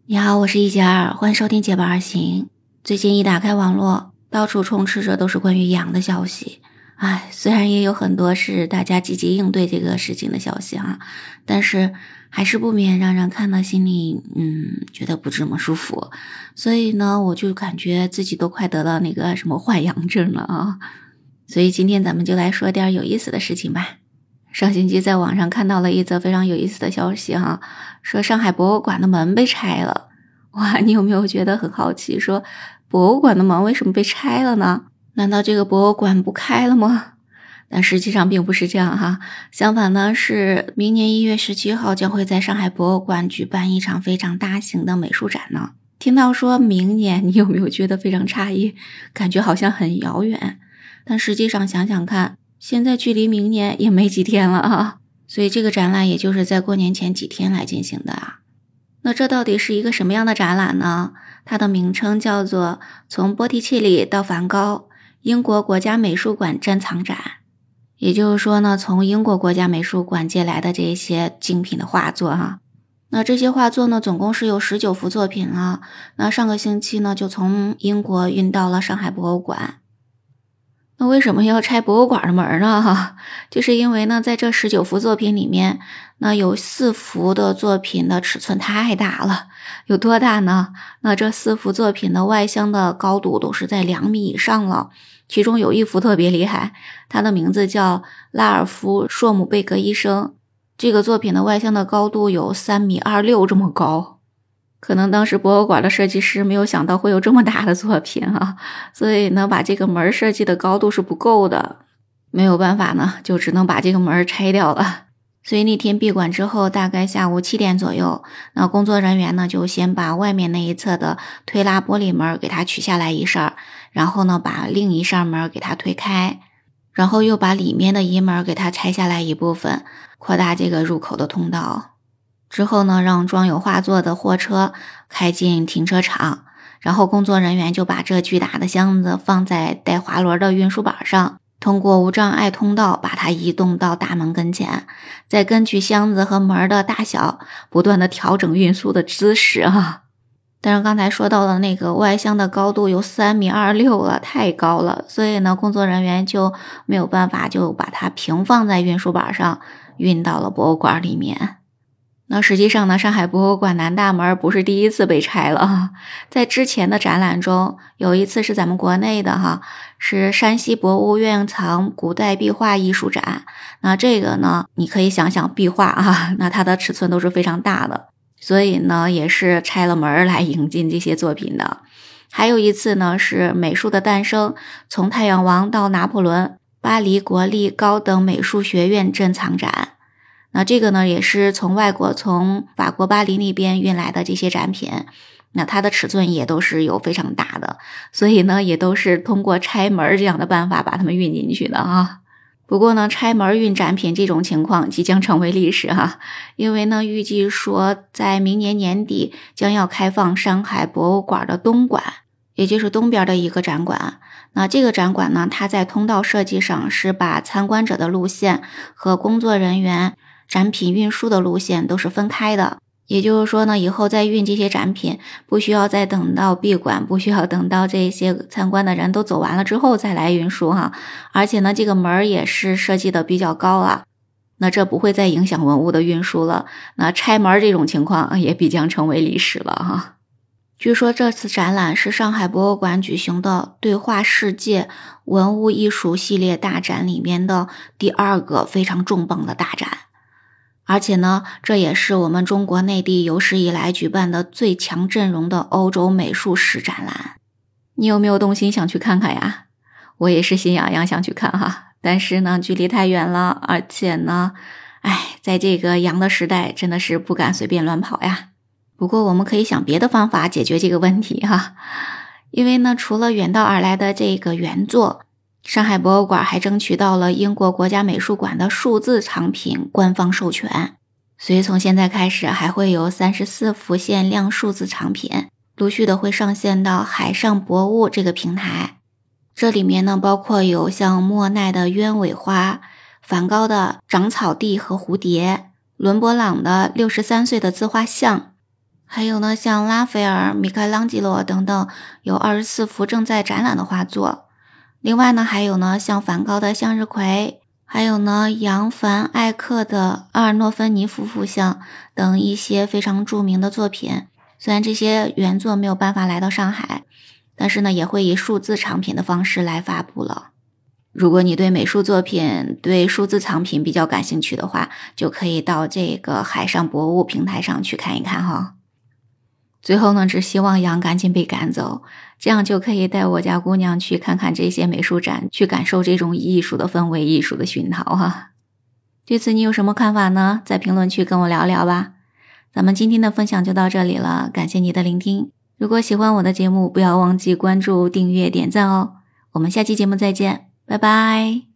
你好，我是一姐儿，欢迎收听结伴而行。最近一打开网络，到处充斥着都是关于阳的消息。虽然也有很多是大家积极应对这个事情的消息但是还是不免让人看到心里觉得不这么舒服。所以呢，我就感觉自己都快得到那个什么患阳症了所以今天咱们就来说点有意思的事情吧。上星期在网上看到了一则非常有意思的消息说上海博物馆的门被拆了。哇，你有没有觉得很好奇，说博物馆的门为什么被拆了呢？难道这个博物馆不开了吗？但实际上并不是这样相反呢，是明年1月17号将会在上海博物馆举办一场非常大型的美术展呢。听到说明年，你有没有觉得非常诧异，感觉好像很遥远？但实际上想想看，现在距离明年也没几天了所以这个展览也就是在过年前几天来进行的那这到底是一个什么样的展览呢？它的名称叫做从波提切利到梵高，英国国家美术馆珍藏展。也就是说呢，从英国国家美术馆借来的这些精品的画作那这些画作呢，总共是有19幅作品了。那上个星期呢，就从英国运到了上海博物馆。那为什么要拆博物馆的门呢？就是因为呢，在这19幅作品里面，那有4幅的作品的尺寸太大了。有多大呢？那这4幅作品的外箱的高度都是在2米以上了。其中有1幅特别厉害，它的名字叫拉尔夫·硕姆贝格医生。这个作品的外箱的高度有3.26米这么高。可能当时博物馆的设计师没有想到会有这么大的作品所以呢，把这个门设计的高度是不够的，没有办法呢，就只能把这个门拆掉了。所以那天闭馆之后，大概下午7点左右，那工作人员呢就先把外面那一侧的推拉玻璃门给它取下来一扇，然后呢把另一扇门给它推开，然后又把里面的一门给它拆下来一部分，扩大这个入口的通道。之后呢，让装有画作的货车开进停车场，然后工作人员就把这巨大的箱子放在带滑轮的运输板上，通过无障碍通道把它移动到大门跟前，再根据箱子和门的大小不断的调整运输的姿势但是刚才说到的那个外箱的高度有3.26米了，太高了，所以呢，工作人员就没有办法，就把它平放在运输板上，运到了博物馆里面。那实际上呢，上海博物馆南大门不是第一次被拆了在之前的展览中，有一次是咱们国内的是山西博物院藏古代壁画艺术展。那这个呢，你可以想想壁画那它的尺寸都是非常大的，所以呢，也是拆了门来引进这些作品的。还有一次呢，是美术的诞生，从太阳王到拿破仑，巴黎国立高等美术学院珍藏展。那这个呢，也是从外国，从法国巴黎那边运来的这些展品，那它的尺寸也都是有非常大的，所以呢，也都是通过拆门这样的办法把它们运进去的不过呢，拆门运展品这种情况即将成为历史因为呢，预计说在明年年底将要开放上海博物馆的东馆，也就是东边的一个展馆。那这个展馆呢，它在通道设计上是把参观者的路线和工作人员展品运输的路线都是分开的，也就是说呢，以后再运这些展品不需要再等到闭馆，不需要等到这些参观的人都走完了之后再来运输而且呢，这个门也是设计的比较高那这不会再影响文物的运输了，那拆门这种情况也必将成为历史了据说这次展览是上海博物馆举行的对话世界文物艺术系列大展里面的第2个非常重磅的大展。而且呢，这也是我们中国内地有史以来举办的最强阵容的欧洲美术史展览。你有没有动心想去看看呀？我也是心痒痒想去看但是呢，距离太远了，而且呢，在这个洋的时代真的是不敢随便乱跑呀。不过我们可以想别的方法解决这个问题因为呢，除了远道而来的这个原作，上海博物馆还争取到了英国国家美术馆的数字藏品官方授权，所以从现在开始还会有34幅限量数字藏品陆续的会上线到海上博物这个平台。这里面呢，包括有像莫奈的鸢尾花、梵高的长草地和蝴蝶、伦勃朗的63岁的自画像， 还有呢，像拉斐尔、米开朗基罗等等，有24幅正在展览的画作。另外呢，还有呢，像梵高的向日葵，还有呢，扬凡艾克的阿尔诺芬尼夫妇像等一些非常著名的作品。虽然这些原作没有办法来到上海，但是呢，也会以数字藏品的方式来发布了。如果你对美术作品、对数字藏品比较感兴趣的话，就可以到这个海上博物平台上去看一看哈。最后呢，只希望羊赶紧被赶走，这样就可以带我家姑娘去看看这些美术展，去感受这种艺术的氛围、艺术的熏陶哈。对此你有什么看法呢？在评论区跟我聊聊吧。咱们今天的分享就到这里了，感谢你的聆听。如果喜欢我的节目，不要忘记关注、订阅、点赞哦。我们下期节目再见，拜拜。